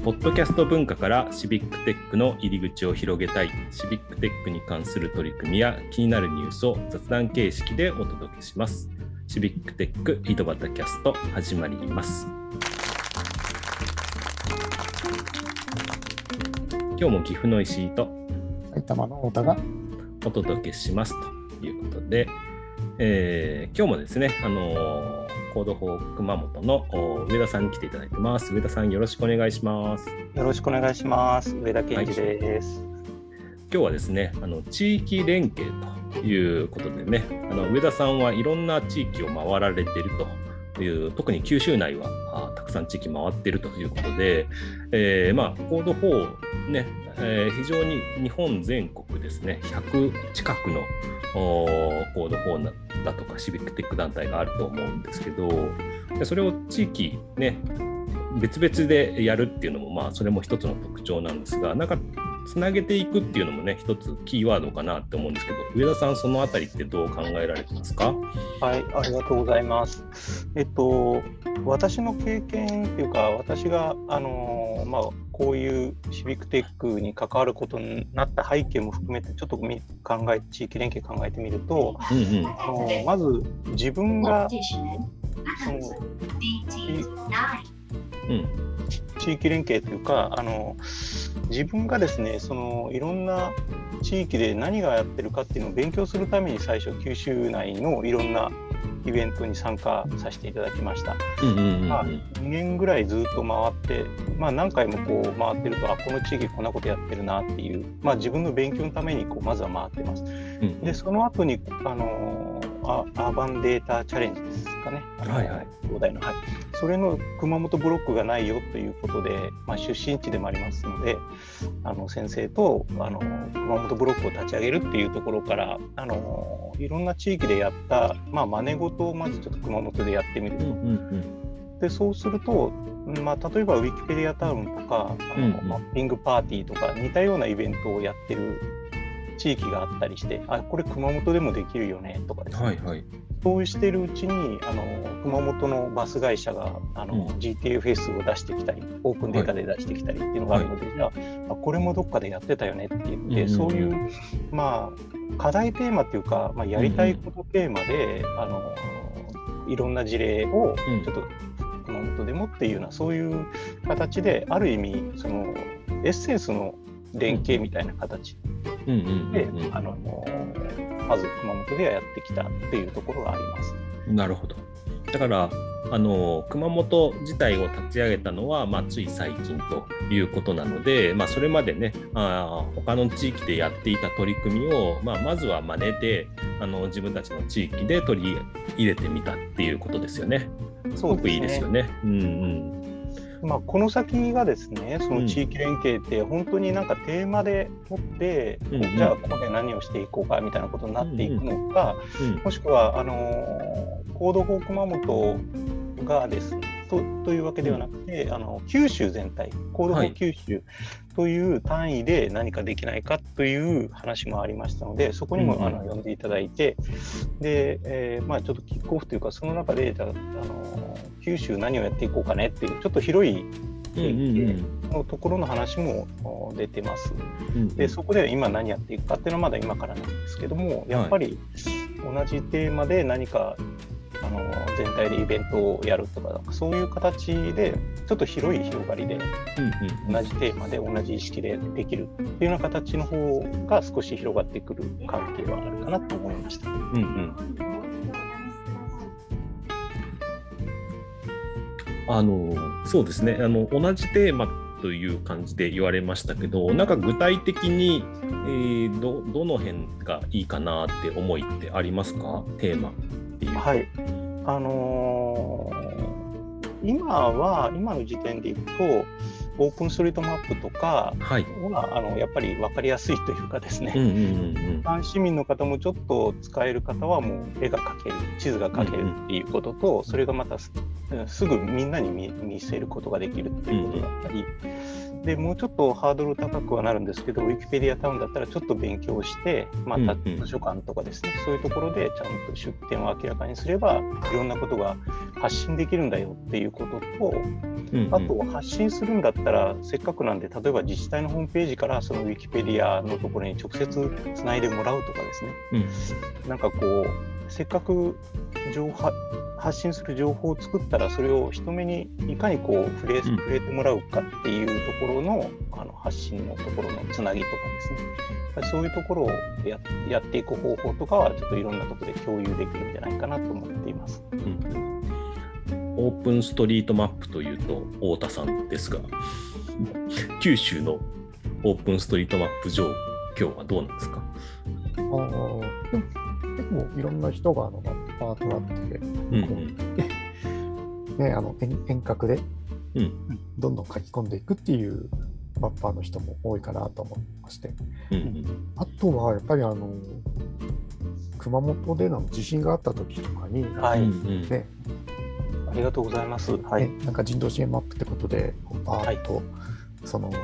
ポッドキャスト文化からシビックテックの入り口を広げたい、シビックテックに関する取り組みや気になるニュースを雑談形式でお届けします。シビックテック井戸端キャスト始まります。今日も岐阜の石井と埼玉の太田がお届けしますということで、今日もですね、コードフォー熊本の上田さんに来ていただいてます。上田さん、よろしくお願いします。 よろしくお願いします。上田健二です。 今日はですね、地域連携ということでね、上田さんはいろんな地域を回られているという、特に九州内はたくさん地域回っているということで、コード4ね、非常に日本全国ですね、100近くのコード4だとかシビックテック団体があると思うんですけど、それを地域ね別々でやるっていうのもそれも一つの特徴なんですが、なんかつなげていくっていうのもね一つキーワードかなって思うんですけど、上田さんそのあたりってどう考えられてますか？ はい、ありがとうございます。私の経験っていうか、私がこういうシビックテックに関わることになった背景も含めてちょっと地域連携考えてみると、まず自分が地域連携というか自分がですねいろんな地域で何がやってるかっていうのを勉強するために最初九州内のいろんなイベントに参加させていただきました。2年ぐらいずっと回って、何回もこう回ってるとこの地域こんなことやってるなっていう、自分の勉強のためにまずは回ってます。でその後にアーバンデータチャレンジですかね、東大の、それの熊本ブロックがないよということで、出身地でもありますので先生と熊本ブロックを立ち上げるっていうところからいろんな地域でやった真似事をまずちょっと熊本でやってみると、でそうすると、例えばウィキペディアタウンとかマッピングパーティーとか似たようなイベントをやってる地域があったりして、これ熊本でもできるよねとかですね、そうしてるうちに熊本のバス会社がGTFS を出してきたりオープンデータで出してきたりっていうのがあるので、じゃあこれもどっかでやってたよねって言って、そういう課題テーマっていうか、やりたいことテーマでいろんな事例をちょっと熊本でもっていうような、そういう形である意味そのエッセンスの連携みたいな形でまず熊本ではやってきたっていうところがあります。 なるほど。だから熊本自体を立ち上げたのは、つい最近ということなので、それまでね他の地域でやっていた取り組みを、まずは真似て自分たちの地域で取り入れてみたっていうことですよね。すごくいいですよね。 この先がですね、その地域連携って本当になんかテーマで持って、じゃあここで何をしていこうかみたいなことになっていくのか、もしくはコードフォー熊本がですねというわけではなくて、九州全体、コードフォー九州という単位で何かできないかという話もありましたので、そこにも呼んでいただいて、で、ちょっとキックオフというか、その中でじゃあ九州何をやっていこうかねっていうちょっと広いのところの話も出てます。でそこで今何やっていくかっていうのはまだ今からなんですけども、やっぱり同じテーマで何か全体でイベントをやるとか、そういう形でちょっと広がりで、同じテーマで同じ意識でできるっていうような形の方が少し広がってくる関係はあるかなと思いました。 そうですね、同じテーマという感じで言われましたけど、なんか具体的に、どの辺がいいかなって思いってありますか？テーマっていう。 今の時点でいくとオープンストリートマップとかは、やっぱり分かりやすいというかですね、一般市民の方もちょっと使える方はもう絵が描ける、地図が描けるっていうことと、それがまたすぐみんなに見せることができるっていうことだったり、でもうちょっとハードル高くはなるんですけど、ウィキペディアタウンだったらちょっと勉強して、図書館とかですね、そういうところでちゃんと出典を明らかにすればいろんなことが発信できるんだよっていうことと、 あと発信するんだったらせっかくなんで、例えば自治体のホームページからそのウィキペディアのところに直接つないでもらうとかですね、なんかこうせっかく発信する情報を作ったら、それを人目にいかにこう触れてもらうかっていうところの、発信のところのつなぎとかですね、やっぱりそういうところをやっていく方法とかはちょっといろんなところで共有できるんじゃないかなと思っています。 オープンストリートマップというと太田さんですが、九州のオープンストリートマップ状況はどうなんですか？ 結構いろんな人がマッパーとなって、遠隔でどんどん書き込んでいくっていうマッパーの人も多いかなと思いまして、あとはやっぱり熊本での地震があった時とかに、 ありがとうございます。 なんか人道支援マップってことでバーッと、その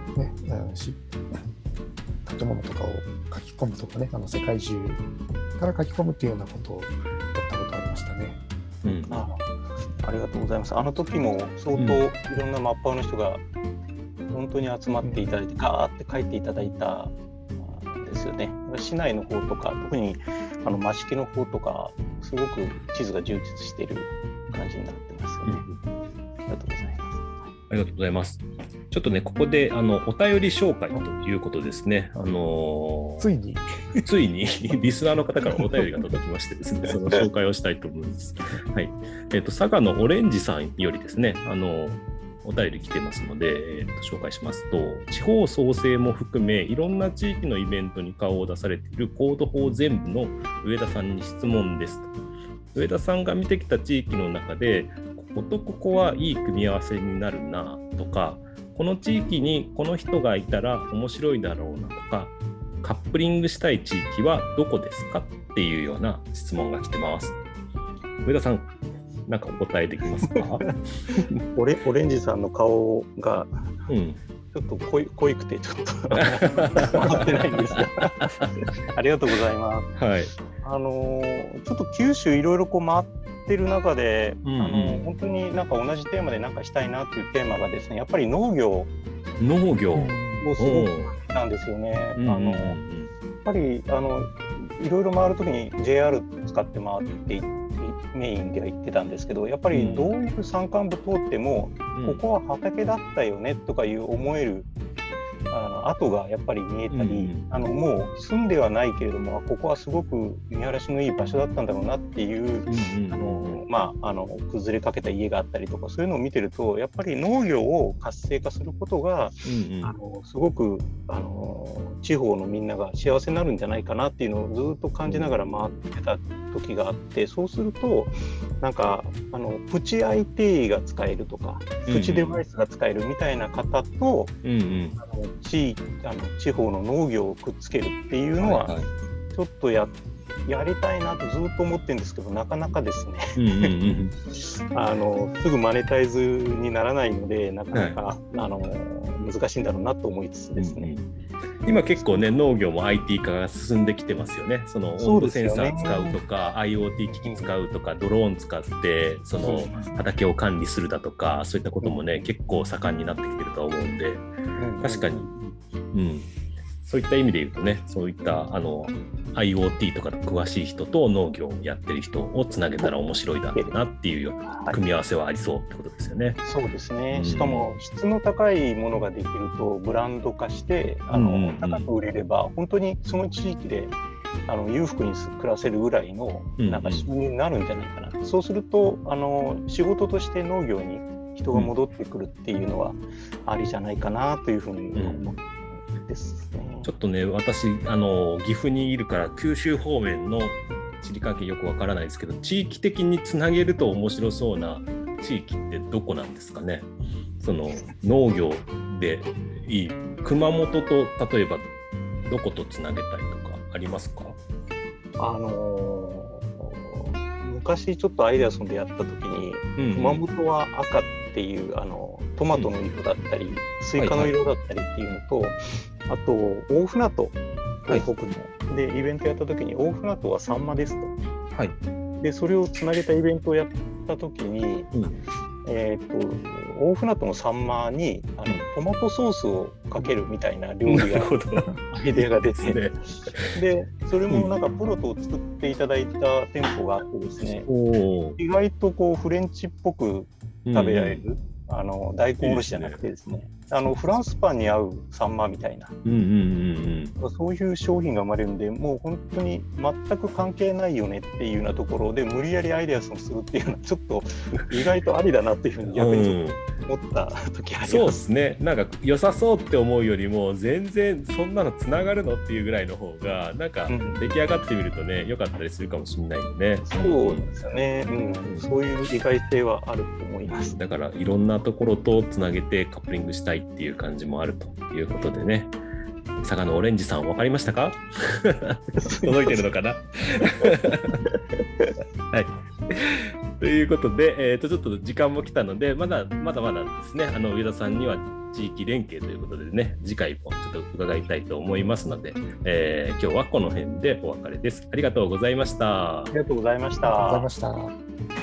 建物とかを書き込むとかね、世界中から書き込むっていうようなことをやったことありましたね。 ありがとうございます。あの時も相当いろんなマッパーの人が本当に集まっていただいて、ガーって書いていただいたんですよね。市内の方とか、特に益城の方とか、すごく地図が充実している感じになってますよね。ありがとうございます。 ありがとうございます。ちょっとね、ここでお便り紹介ということですね。ついにリスナーの方からお便りが届きましてですね、その紹介をしたいと思います。はい。佐賀のオレンジさんよりですね、お便り来てますので、紹介しますと、地方創生も含めいろんな地域のイベントに顔を出されているコード法全部の上田さんに質問ですと。上田さんが見てきた地域の中で、こことここはいい組み合わせになるなとか、この地域にこの人がいたら面白いだろうなとか、カップリングしたい地域はどこですかっていうような質問が来てます。上田さん、なんかお答えできますか？ オレンジさんの顔がちょっと濃いくてちょっと回ってないんですがありがとうございます。はい、ちょっと九州いろいろこう回ってる中で、本当になんか同じテーマで何かしたいなっていうテーマがですね、やっぱり農業をすごくなんですよね。やっぱりいろいろ回るときに JR 使って回っていってメインでは言ってたんですけど、やっぱりどういう山間部通っても、ここは畑だったよねとかいう思える跡がやっぱり見えたり、もう住んではないけれども、ここはすごく見晴らしのいい場所だったんだろうなっていう、崩れかけた家があったりとか、そういうのを見てると、やっぱり農業を活性化することが、すごく地方のみんなが幸せになるんじゃないかなっていうのをずっと感じながら回ってた時があって、そうするとなんかプチ IT が使えるとか、プチデバイスが使えるみたいな方と、地方の農業をくっつけるっていうのはちょっとやりたいなとずっと思ってるんですけど、なかなかですねすぐマネタイズにならないので、なかなか、難しいんだろうなと思いつつですね、 今結構ね、農業も IT 化が進んできてますよね。その温度センサー使うとか、IoT 機器使うとか、ドローン使ってその畑を管理するだとか、そういったこともね、結構盛んになってきてると思うんで、確かに、そういった意味で言うとね、そういった IoT とか詳しい人と農業をやってる人をつなげたら面白いだろうなっていうような組み合わせはありそうってことですよね。 そうですね。しかも質の高いものができるとブランド化して高く売れれば、本当にその地域で裕福に暮らせるぐらいのなんか収入になるんじゃないかな。そうすると仕事として農業に人が戻ってくるっていうのはありじゃないかなというふうに思ってですね。 ちょっとね、私岐阜にいるから九州方面の地理関係よくわからないですけど、地域的につなげると面白そうな地域ってどこなんですかね。その農業でいい熊本と例えばどことつなげたいとかありますか？ 昔ちょっとアイデアソンでやった時に、熊本は赤っていうトマトの色だったり、スイカの色だったりっていうのと、あと大船渡、東北の、でイベントやった時に大船渡はサンマですと、でそれをつなげたイベントをやった時に、 大船渡のサンマにトマトソースをかけるみたいな料理がアイデアが出て、でそれもなんかプロと作っていただいた店舗があってですね、意外とこうフレンチっぽく食べられる、大根おろしじゃなくてですね、フランスパンに合うサンマみたいな、そういう商品が生まれるんで、もう本当に全く関係ないよねっていうようなところで無理やりアイデアをするっていうのはちょっと意外とありだなっていうふうに逆にちょっと思った時あります。 そうですね。なんか良さそうって思うよりも全然そんなのつながるのっていうぐらいの方がなんか出来上がってみるとね、良かったりするかもしれないよね。 そうですよね、そういう理解性はあると思います。 だからいろんなところとつなげてカップリングしたいっていう感じもあるということでね。佐賀のオレンジさん分かりましたか？届いてるのかな？はい。ということで、ちょっと時間も来たので、まだまだですね、上田さんには地域連携ということでね、次回もちょっと伺いたいと思いますので、今日はこの辺でお別れです。ありがとうございました。 ありがとうございました。 ありがとうございました。